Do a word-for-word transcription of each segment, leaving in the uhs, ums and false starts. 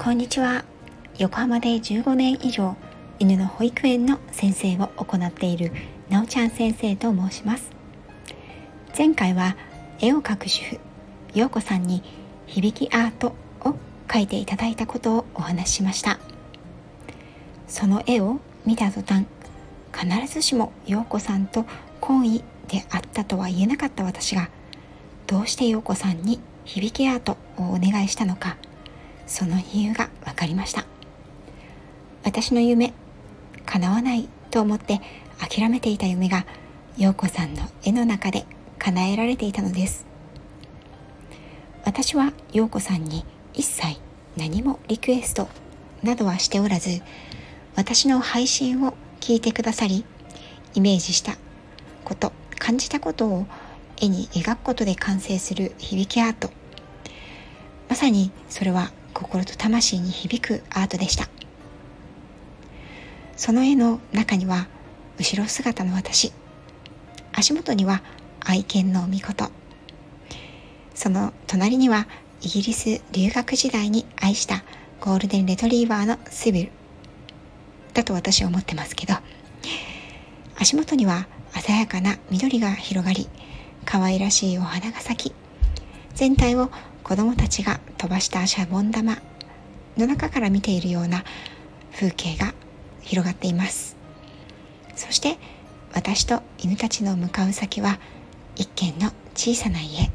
こんにちは。横浜でじゅうごねん以上犬の保育園の先生を行っているなおちゃん先生と申します。前回は絵を描く主婦ようこさんに響きアートを描いていただいたことをお話ししました。その絵を見た途端、必ずしもようこさんと懇意であったとは言えなかった私が、どうしてようこさんに響きアートをお願いしたのか、その理由が分かりました。私の夢、叶わないと思って諦めていた夢がようこさんの絵の中で叶えられていたのです。私はようこさんに一切何もリクエストなどはしておらず、私の配信を聞いてくださり、イメージしたこと、感じたことを絵に描くことで完成する響きアート。まさにそれは心と魂に響くアートでした。その絵の中には後ろ姿の私、足元には愛犬のみこと、その隣にはイギリス留学時代に愛したゴールデンレトリーバーのシビルだと私は思ってますけど、足元には鮮やかな緑が広がり、可愛らしいお花が咲き、全体を子供たちが飛ばしたシャボン玉の中から見ているような風景が広がっています。そして私と犬たちの向かう先は一軒の小さな家。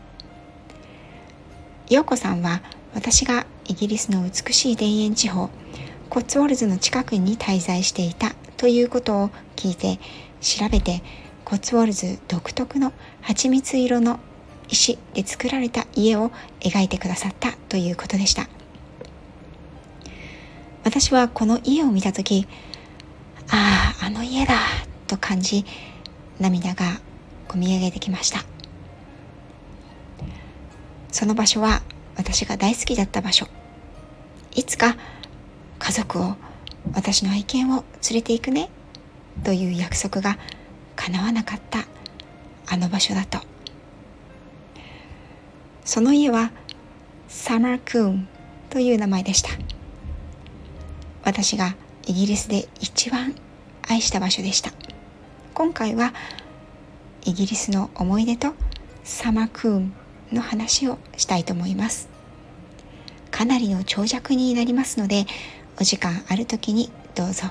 ようこさんは私がイギリスの美しい田園地方コッツウォルズの近くに滞在していたということを聞いて調べて、コッツウォルズ独特の蜂蜜色の石で作られた家を描いてくださったということでした。私はこの家を見たとき、ああ、あの家だと感じ、涙がこみ上げてきました。その場所は私が大好きだった場所。いつか家族を、私の愛犬を連れて行くねという約束が叶わなかったあの場所だと。その家はサマークーンという名前でした。私がイギリスで一番愛した場所でした。今回はイギリスの思い出とサマークーンの話をしたいと思います。かなりの長尺になりますので、お時間あるときにどうぞ。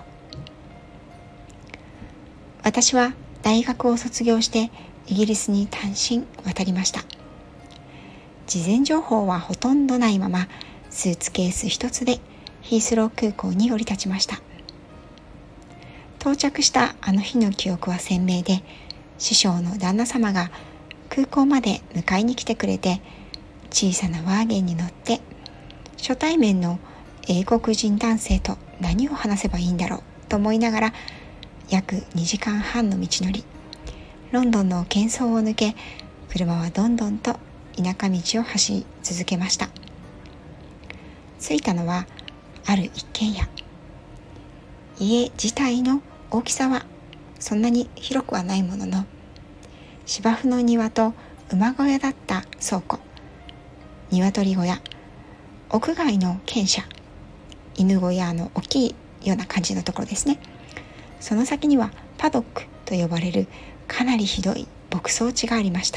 私は大学を卒業してイギリスに単身渡りました。事前情報はほとんどないまま、スーツケース一つでヒースロー空港に降り立ちました。到着したあの日の記憶は鮮明で、師匠の旦那様が空港まで迎えに来てくれて、小さなワーゲンに乗って初対面の英国人男性と何を話せばいいんだろうと思いながら、約にじかんはんの道のり、ロンドンの喧騒を抜け、車はどんどんと田舎道を走り続けました。着いたのはある一軒家。家自体の大きさはそんなに広くはないものの、芝生の庭と馬小屋だった倉庫、鶏小屋、屋外の犬舎、犬小屋の大きいような感じのところですね。その先にはパドックと呼ばれるかなりひどい牧草地がありました。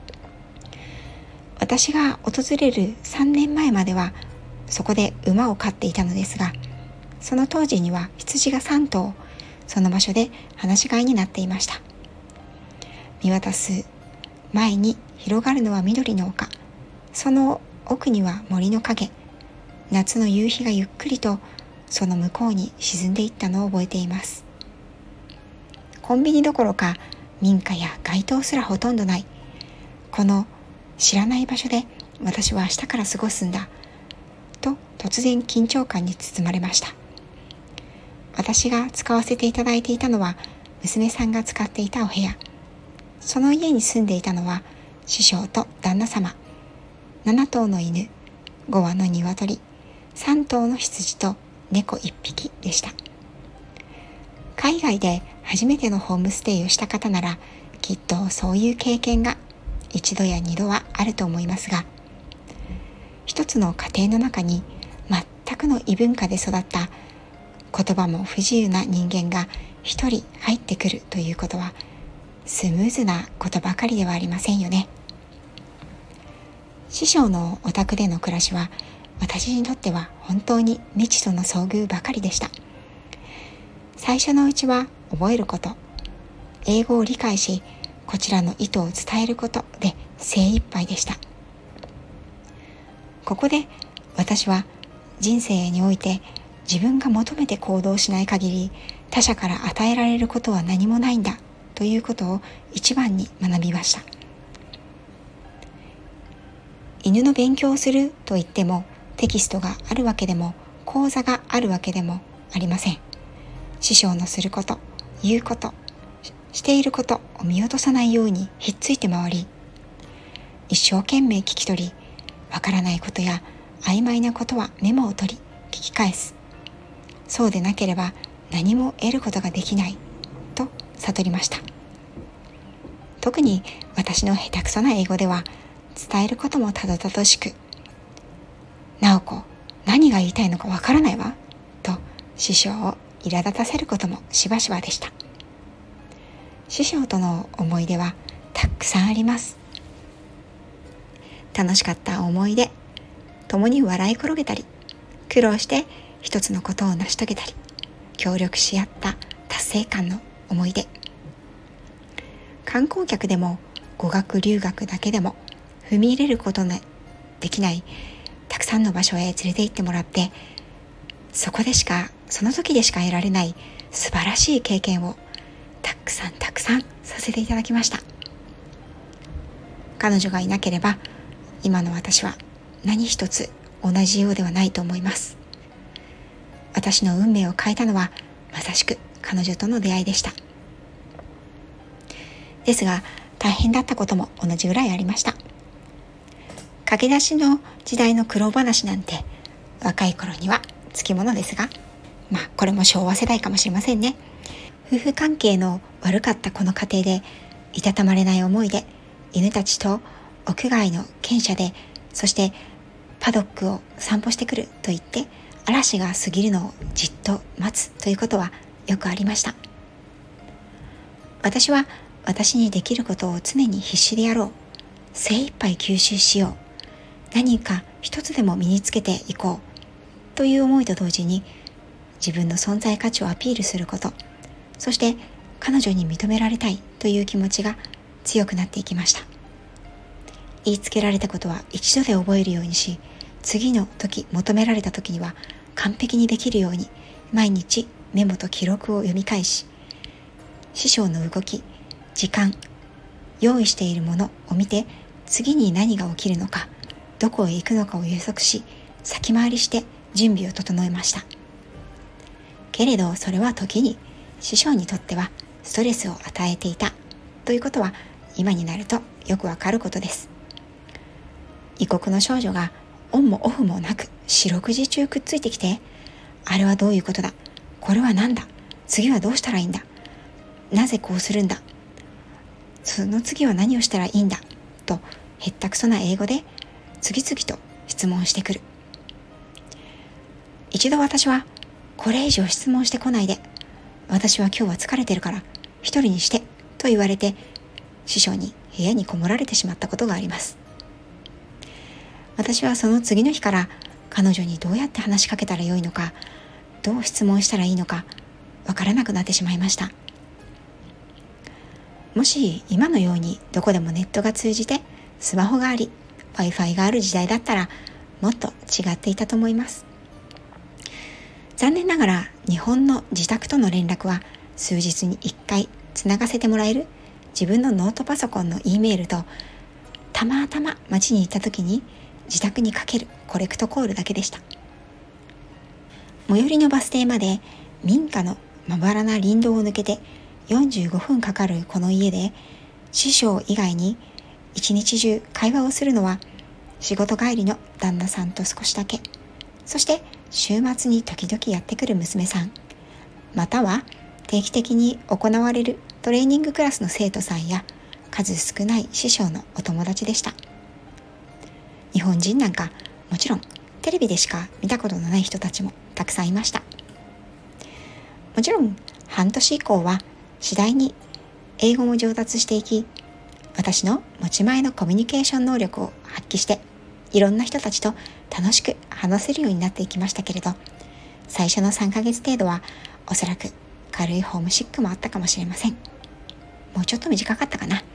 私が訪れるさんねんまえまではそこで馬を飼っていたのですが、その当時には羊がさんとう、その場所で放し飼いになっていました。見渡す前に広がるのは緑の丘、その奥には森の影、夏の夕日がゆっくりとその向こうに沈んでいったのを覚えています。コンビニどころか民家や街灯すらほとんどない、この知らない場所で私は明日から過ごすんだと突然緊張感に包まれました。私が使わせていただいていたのは娘さんが使っていたお部屋。その家に住んでいたのは師匠と旦那様、ななとうの犬、ごわの鶏、さんとうの羊と猫いっぴきでした。海外で初めてのホームステイをした方ならきっとそういう経験が一度や二度はあると思いますが、一つの家庭の中にくの異文化で育った言葉も不自由な人間が一人入ってくるということはスムーズなことばかりではありませんよね。師匠のお宅での暮らしは私にとっては本当に未知との遭遇ばかりでした。最初のうちは覚えること、英語を理解しこちらの意図を伝えることで精一杯でした。ここで私は人生において自分が求めて行動しない限り他者から与えられることは何もないんだということを一番に学びました。犬の勉強をするといってもテキストがあるわけでも講座があるわけでもありません。師匠のすること、言うこと、していることを見落とさないようにひっついて回り、一生懸命聞き取り、わからないことや曖昧なことはメモを取り聞き返す。そうでなければ何も得ることができないと悟りました。特に私の下手くそな英語では伝えることもたどたどしく、なおこ、何が言いたいのかわからないわと師匠を苛立たせることもしばしばでした。師匠との思い出はたくさんあります。楽しかった思い出、共に笑い転げたり、苦労して一つのことを成し遂げたり、協力し合った達成感の思い出。観光客でも語学留学だけでも踏み入れることのできないたくさんの場所へ連れて行ってもらって、そこでしかその時でしか得られない素晴らしい経験をたくさんたくさんさせていただきました。彼女がいなければ今の私は何一つ同じようではないと思います。私の運命を変えたのはまさしく彼女との出会いでした。ですが大変だったことも同じぐらいありました。駆け出しの時代の苦労話なんて若い頃にはつきものですが、まあこれも昭和世代かもしれませんね。夫婦関係の悪かったこの家庭でいたたまれない思いで犬たちと屋外の犬舎で、そしてパドックを散歩してくると言って嵐が過ぎるのをじっと待つということはよくありました。私は私にできることを常に必死でやろう、精一杯吸収しよう、何か一つでも身につけていこうという思いと同時に自分の存在価値をアピールすること、そして彼女に認められたいという気持ちが強くなっていきました。言いつけられたことは一度で覚えるようにし、次の時求められた時には完璧にできるように毎日メモと記録を読み返し、師匠の動き、時間、用意しているものを見て次に何が起きるのか、どこへ行くのかを予測し、先回りして準備を整えました。けれどそれは時に師匠にとってはストレスを与えていたということは今になるとよくわかることです。異国の少女がオンもオフもなく四六時中くっついてきて、あれはどういうことだ、これは何だ、次はどうしたらいいんだ、なぜこうするんだ、その次は何をしたらいいんだとへったくそな英語で次々と質問してくる。一度私はこれ以上質問してこないで、私は今日は疲れてるから一人にしてと言われて師匠に部屋にこもられてしまったことがあります。私はその次の日から彼女にどうやって話しかけたらよいのか、どう質問したらいいのかわからなくなってしまいました。もし今のようにどこでもネットが通じてスマホがあり Wi-Fi がある時代だったらもっと違っていたと思います。残念ながら日本の自宅との連絡は数日にいっかいつながせてもらえる自分のノートパソコンの E メールと、たまたま街に行った時に自宅にかけるコレクトコールだけでした。最寄りのバス停まで民家のまばらな林道を抜けてよんじゅうごふんかかるこの家で、師匠以外に一日中会話をするのは仕事帰りの旦那さんと少しだけ、そして週末に時々やってくる娘さん、または定期的に行われるトレーニングクラスの生徒さんや数少ない師匠のお友達でした。日本人なんかもちろんテレビでしか見たことのない人たちもたくさんいました。もちろん半年以降は次第に英語も上達していき、私の持ち前のコミュニケーション能力を発揮していろんな人たちと楽しく話せるようになっていきましたけれど、最初のさんかげつ程度はおそらく軽いホームシックもあったかもしれません。もうちょっと短かったかな。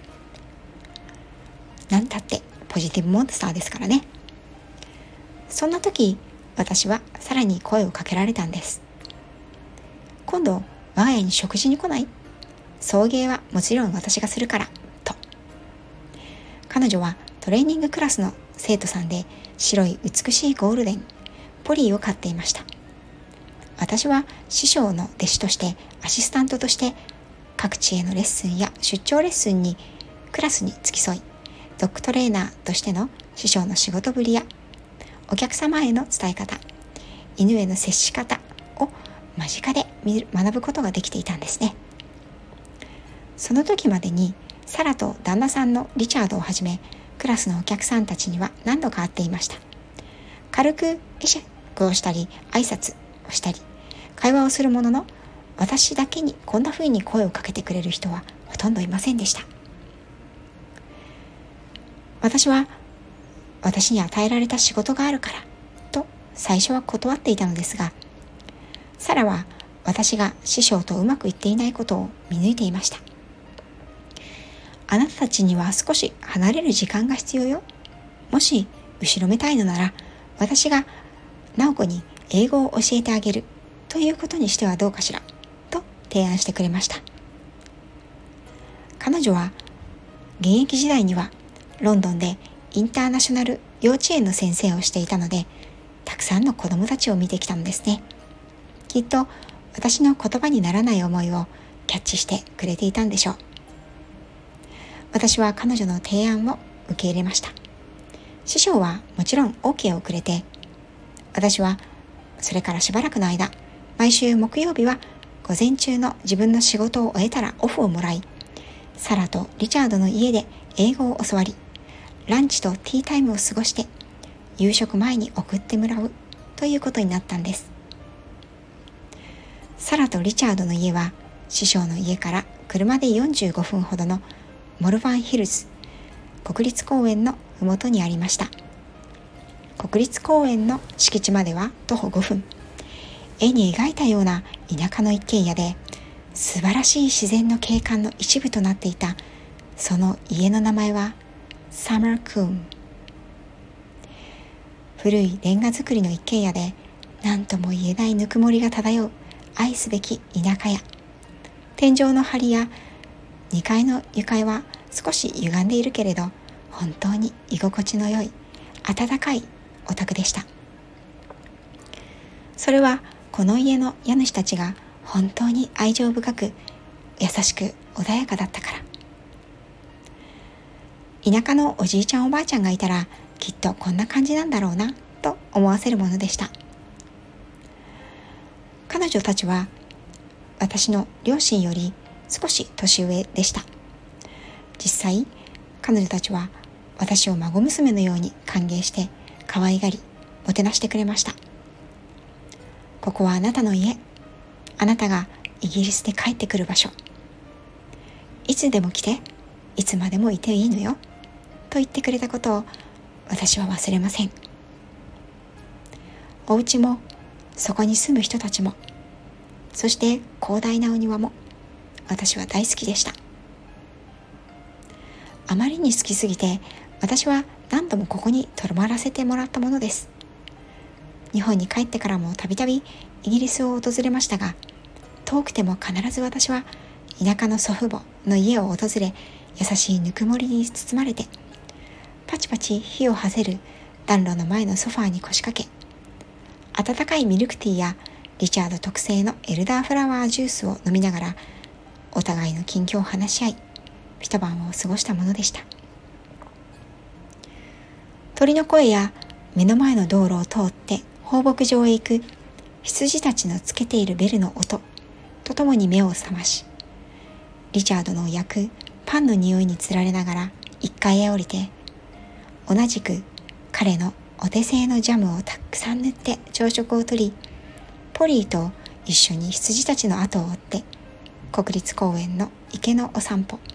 なんたってポジティブモンスターですからね。そんな時、私はさらに声をかけられたんです。今度我が家に食事に来ない？送迎はもちろん私がするからと。彼女はトレーニングクラスの生徒さんで、白い美しいゴールデンポリーを飼っていました。私は師匠の弟子としてアシスタントとして各地へのレッスンや出張レッスンにクラスに付き添い、ドッグトレーナーとしての師匠の仕事ぶりやお客様への伝え方、犬への接し方を間近で学ぶことができていたんですね。その時までにサラと旦那さんのリチャードをはじめ、クラスのお客さんたちには何度か会っていました。軽く会釈をしたり挨拶をしたり会話をするものの、私だけにこんな風に声をかけてくれる人はほとんどいませんでした。私は私に与えられた仕事があるからと最初は断っていたのですが、サラは私が師匠とうまくいっていないことを見抜いていました。あなたたちには少し離れる時間が必要よ。もし後ろめたいのなら、私が直子に英語を教えてあげるということにしてはどうかしらと提案してくれました。彼女は現役時代にはロンドンでインターナショナル幼稚園の先生をしていたので、たくさんの子供たちを見てきたのですね。きっと私の言葉にならない思いをキャッチしてくれていたんでしょう。私は彼女の提案を受け入れました。師匠はもちろん OK をくれて、私はそれからしばらくの間、毎週木曜日は午前中の自分の仕事を終えたらオフをもらい、サラとリチャードの家で英語を教わり、ランチとティータイムを過ごして夕食前に送ってもらうということになったんです。サラとリチャードの家は師匠の家から車でよんじゅうごふんほどのモルバンヒルズ国立公園のふもとにありました。国立公園の敷地までは徒歩ごふん。絵に描いたような田舎の一軒家で、素晴らしい自然の景観の一部となっていたその家の名前はサマークーン。古いレンガ造りの一軒家で、何とも言えないぬくもりが漂う愛すべき田舎家。天井の梁やにかいの床は少し歪んでいるけれど、本当に居心地の良い暖かいお宅でした。それはこの家の家主たちが本当に愛情深く優しく穏やかだったから。田舎のおじいちゃんおばあちゃんがいたら、きっとこんな感じなんだろうなと思わせるものでした。彼女たちは私の両親より少し年上でした。実際彼女たちは私を孫娘のように歓迎して可愛がりもてなしてくれました。ここはあなたの家、あなたがイギリスで帰ってくる場所、いつでも来て、いつまでもいていいのよと言ってくれたことを私は忘れません。お家もそこに住む人たちも、そして広大なお庭も私は大好きでした。あまりに好きすぎて、私は何度もここに泊まらせてもらったものです。日本に帰ってからもたびたびイギリスを訪れましたが、遠くても必ず私は田舎の祖父母の家を訪れ、優しいぬくもりに包まれて、パチパチ火をはぜる暖炉の前のソファーに腰掛け、温かいミルクティーやリチャード特製のエルダーフラワージュースを飲みながら、お互いの近況を話し合い、一晩を過ごしたものでした。鳥の声や目の前の道路を通って放牧場へ行く羊たちのつけているベルの音とともに目を覚まし、リチャードの焼くパンの匂いにつられながらいっかいへ降りて、同じく彼のお手製のジャムをたくさん塗って朝食をとり、ポリーと一緒に羊たちの後を追って国立公園の池のお散歩。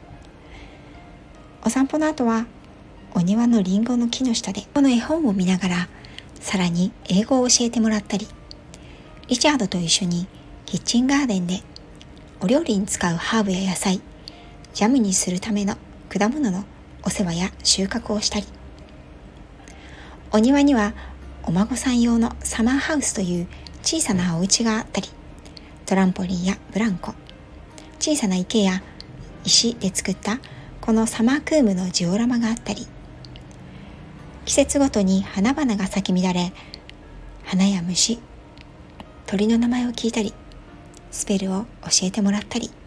お散歩の後はお庭のリンゴの木の下でこの絵本を見ながらさらに英語を教えてもらったり、リチャードと一緒にキッチンガーデンでお料理に使うハーブや野菜、ジャムにするための果物のお世話や収穫をしたり、お庭にはお孫さん用のサマーハウスという小さなお家があったり、トランポリンやブランコ、小さな池や石で作ったこのサマークームのジオラマがあったり、季節ごとに花々が咲き乱れ、花や虫、鳥の名前を聞いたり、スペルを教えてもらったり、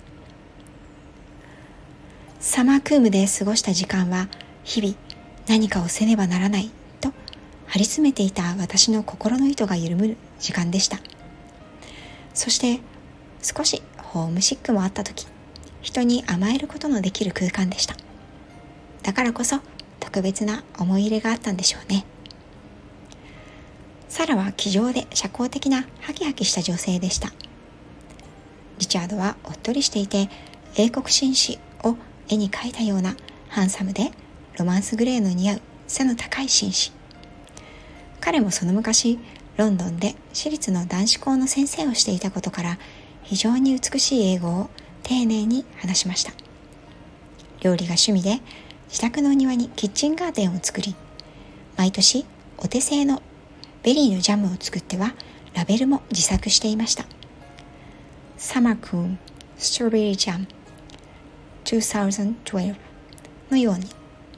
サマークームで過ごした時間は日々何かをせねばならないと張り詰めていた私の心の糸が緩む時間でした。そして少しホームシックもあった時、人に甘えることのできる空間でした。だからこそ特別な思い入れがあったんでしょうね。サラは気丈で社交的なハキハキした女性でした。リチャードはおっとりしていて英国紳士を絵に描いたようなハンサムでロマンスグレーの似合う背の高い紳士。彼もその昔ロンドンで私立の男子校の先生をしていたことから非常に美しい英語を丁寧に話しました。料理が趣味で自宅の庭にキッチンガーデンを作り、毎年お手製のベリーのジャムを作ってはラベルも自作していました。サマークームストロベリージャムにせんじゅうにのように、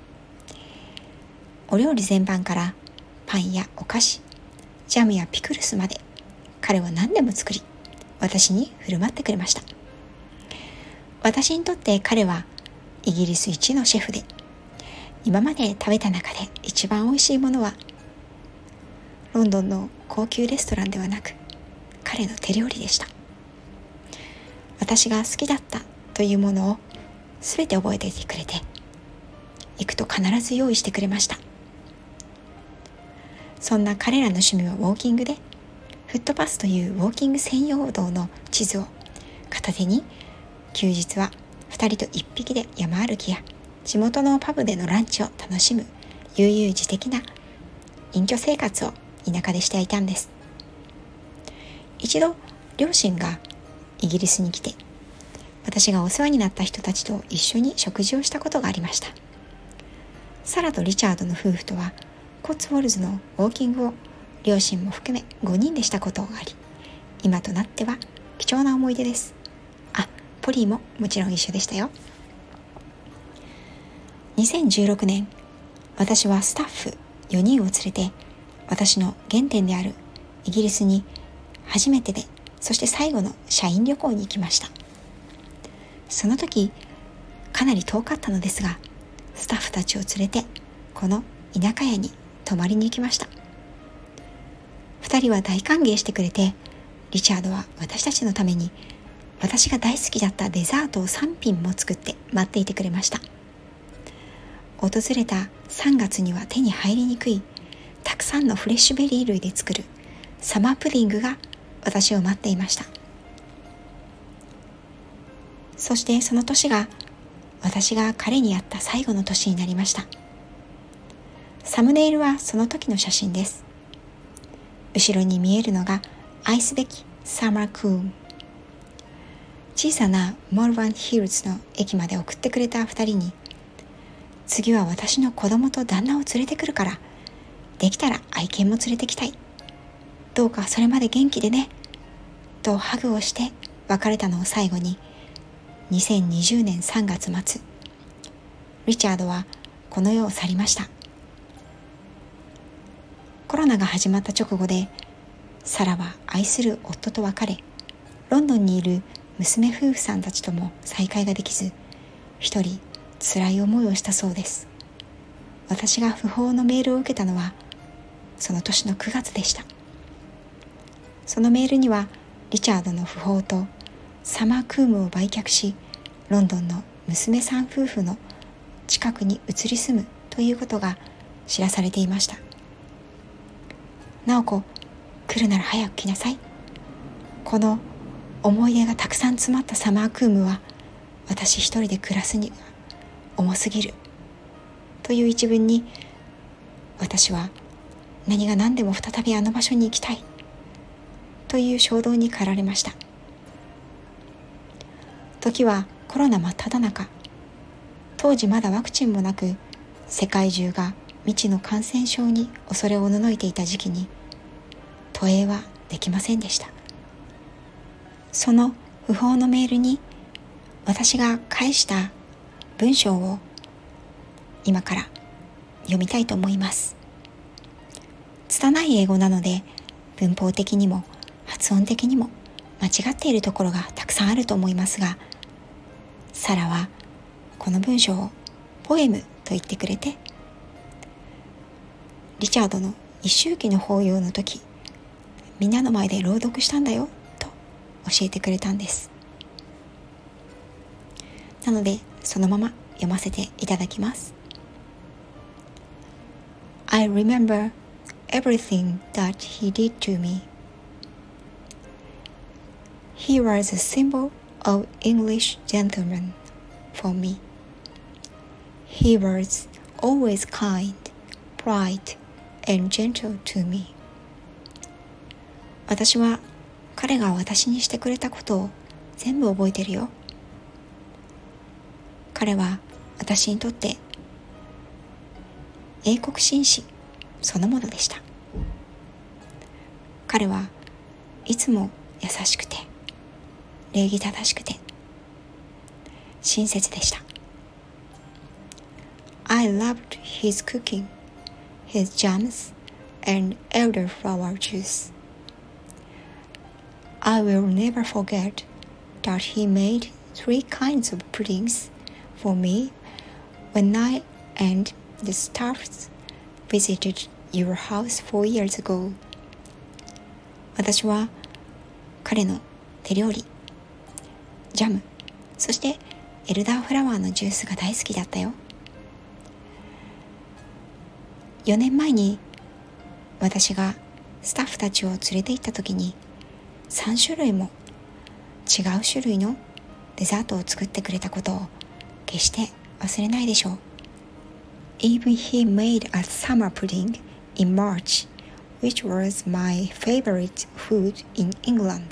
お料理全般からパンやお菓子、ジャムやピクルスまで彼は何でも作り、私に振る舞ってくれました。私にとって彼はイギリス一のシェフで、今まで食べた中で一番おいしいものはロンドンの高級レストランではなく彼の手料理でした。私が好きだったというものをすべて覚えていてくれて、行くと必ず用意してくれました。そんな彼らの趣味はウォーキングで、フットパスというウォーキング専用道の地図を片手に、休日はふたりといっぴきで山歩きや地元のパブでのランチを楽しむ悠々自適な隠居生活を田舎でしていたんです。一度両親がイギリスに来て、私がお世話になった人たちと一緒に食事をしたことがありました。サラとリチャードの夫婦とはコッツウォルズのウォーキングを両親も含めごにんでしたことがあり、今となっては貴重な思い出です。あ、ポリーももちろん一緒でしたよ。にせんじゅうろくねん、私はスタッフよにんを連れて私の原点であるイギリスに初めてで、そして最後の社員旅行に行きました。その時かなり遠かったのですが、スタッフたちを連れてこの田舎家に泊まりに行きました。二人は大歓迎してくれて、リチャードは私たちのために私が大好きだったデザートをさんぴんも作って待っていてくれました。訪れたさんがつには手に入りにくいたくさんのフレッシュベリー類で作るサマープディングが私を待っていました。そしてその年が私が彼に会った最後の年になりました。サムネイルはその時の写真です。後ろに見えるのが愛すべきサマークーム。小さなモールバンヒルズの駅まで送ってくれた二人に、次は私の子供と旦那を連れてくるから、できたら愛犬も連れてきたい。どうかそれまで元気でね。とハグをして別れたのを最後に、にせんにじゅうねんさんがつまつ、リチャードはこの世を去りました。コロナが始まった直後で、サラは愛する夫と別れ、ロンドンにいる娘夫婦さんたちとも再会ができず、一人辛い思いをしたそうです。私が訃報のメールを受けたのはその年のくがつでした。そのメールにはリチャードの訃報とサマークームを売却し、ロンドンの娘さん夫婦の近くに移り住むということが知らされていました。 直子、来るなら早く来なさい。この思い出がたくさん詰まったサマークームは私一人で暮らすには重すぎるという一文に、私は何が何でも再びあの場所に行きたいという衝動に駆られました。時はコロナ真っ只中。当時まだワクチンもなく、世界中が未知の感染症に恐れおののいていた時期に、投影はできませんでした。その不法のメールに私が返した文章を今から読みたいと思います。拙い英語なので文法的にも発音的にも間違っているところがたくさんあると思いますが、サラはこの文章をポエムと言ってくれて、リチャードの一周忌の法要の時、みんなの前で朗読したんだよと教えてくれたんです。なのでそのまま読ませていただきます。I remember everything that he did to me. He was a symbol of English gentleman for me. He was always kind, bright, and gentle to me. 私は彼が私にしてくれたことを全部覚えてるよ。彼は私にとって英国紳士そのものでした。彼はいつも優しくて礼儀正しくて親切でした。I loved his cooking, his jams, and elderflower juice. I will never forget that he made three kinds of puddings for me when I and the staff visited your house four years ago. 私は彼の手料理、ジャム、そしてエルダーフラワーのジュースが大好きだったよ。よねんまえに私がスタッフたちを連れて行った時にさん種類も違う種類のデザートを作ってくれたことを決して忘れないでしょう。Even he made a summer pudding in March, which was my favorite food in England.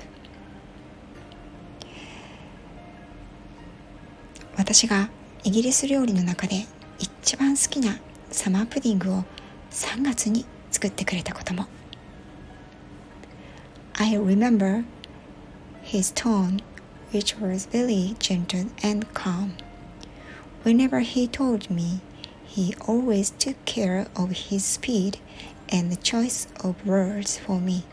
私がイギリス料理の中で一番好きなサマープディングをさんがつに作ってくれたことも。I remember his tone, which was very gentle and calm. Whenever he told me, he always took care of his speed and the choice of words for me.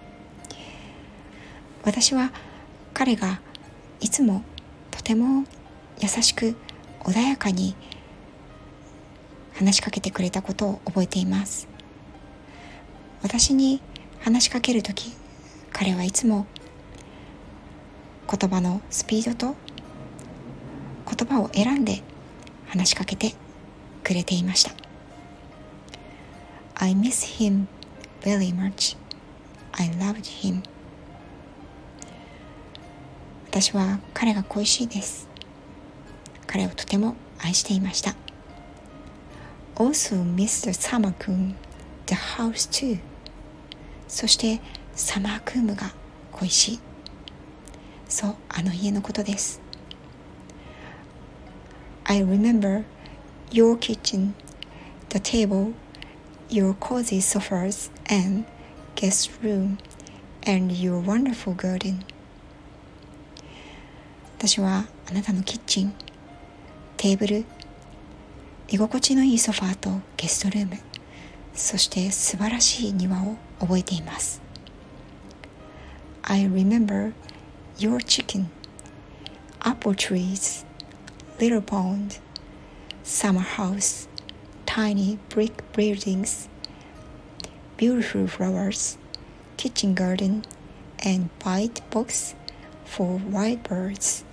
私は彼がいつもとても優しく穏やかに話しかけてくれたことを覚えています。私に話しかけるとき、彼はいつも言葉のスピードと言葉を選んで話しかけてくれていました。I miss him very much. I loved him. 私は彼が恋しいです。彼をとても愛していました。Also Mister Summer-kun, the house too. そしてサマークームが恋しい。そう、あの家のことです。I remember your kitchen, the table, your cozy sofas and guest room, and your wonderful garden. 私はあなたのキッチン、テーブル、居心地のいいソファーとゲストルーム、そして素晴らしい庭を覚えています。I remember your chicken, apple trees, little pond, summer house, tiny brick buildings, beautiful flowers, kitchen garden, and white box for white birds.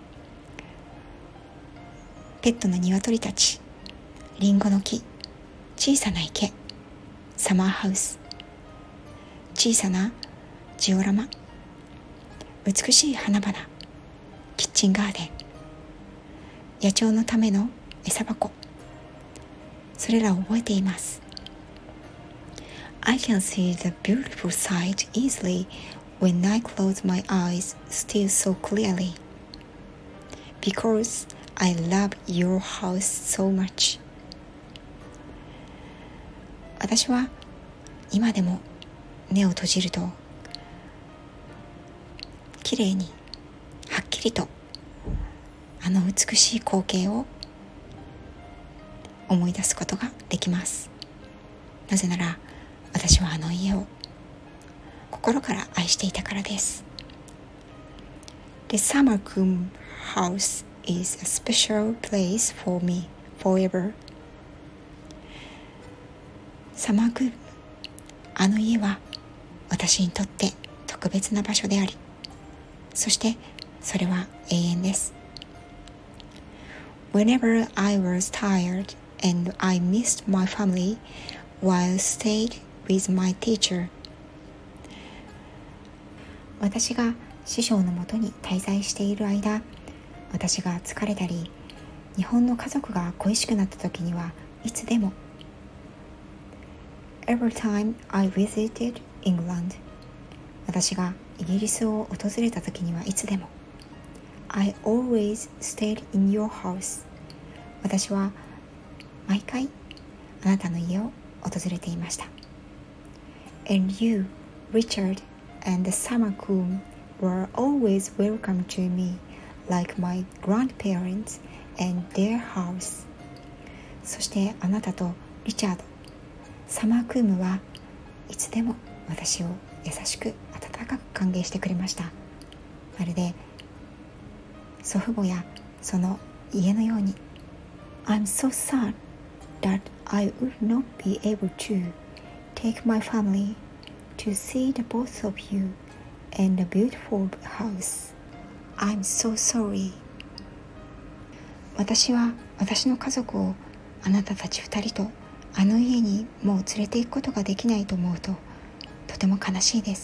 ペットの鶏たち、リンゴの木、 小さな池、サマーハウス、小さなジオラマ、美しい花々、キッチンガーデン、野鳥のための餌箱、それらを覚えています。 I can see the beautiful sight easily when I close my eyes still so clearly because I love your house so much. 私は今でも目を閉じるときれいにはっきりとあの美しい光景を思い出すことができます。なぜなら私はあの家を心から愛していたからです。 The Summercombe house is a special place for me forever. サマークーム、あの家は私にとって特別な場所であり、そしてそれは永遠です。 Whenever I was tired and I missed my family while stayed with my teacher. 私が師匠のもとに滞在している間、私が疲れたり、日本の家族が恋しくなった時にはいつでも Every time I visited England. 私がイギリスを訪れた時にはいつでも I always stayed in your house. 私は毎回あなたの家を訪れていました。 And you, Richard, and the Summercombe were always welcome to me like my grandparents and their house. そしてあなたとリチャード、サマークームはいつでも私を優しく温かく歓迎してくれました。まるで祖父母やその家のように。 I'm so sad that I would not be able to take my family to see the both of you and the beautiful house. I'm so sorry. 私は私の家族をあなたたち二人とあの家にもう連れて行くことができないと思うととても悲しいです。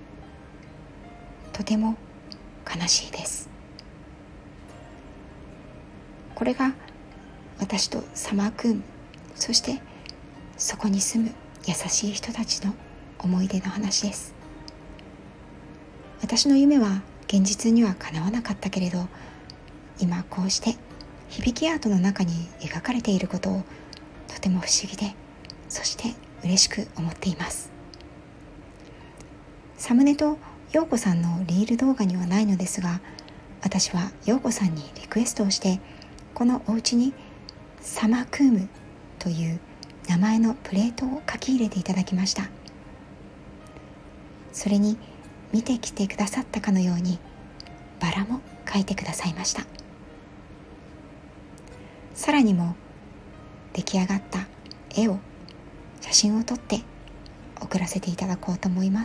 とても悲しいです。これが私とサマークーム、そしてそこに住む優しい人たちの思い出の話です。私の夢は現実にはかなわなかったけれど、今こうして響きアートの中に描かれていることをとても不思議で、そして嬉しく思っています。サムネと陽子さんのリール動画にはないのですが、私は陽子さんにリクエストをしてこのお家にサマークームという名前のプレートを書き入れていただきました。それに見てきてくださったかのようにバラも描いてくださいました。さらにも出来上がった絵を写真を撮って送らせていただこうと思います。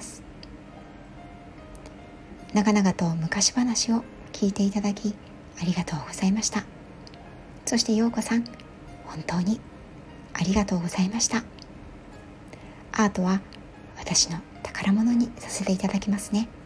長々と昔話を聞いていただきありがとうございました。そして陽子さん、本当にありがとうございました。アートは私の宝物にさせていただきますね。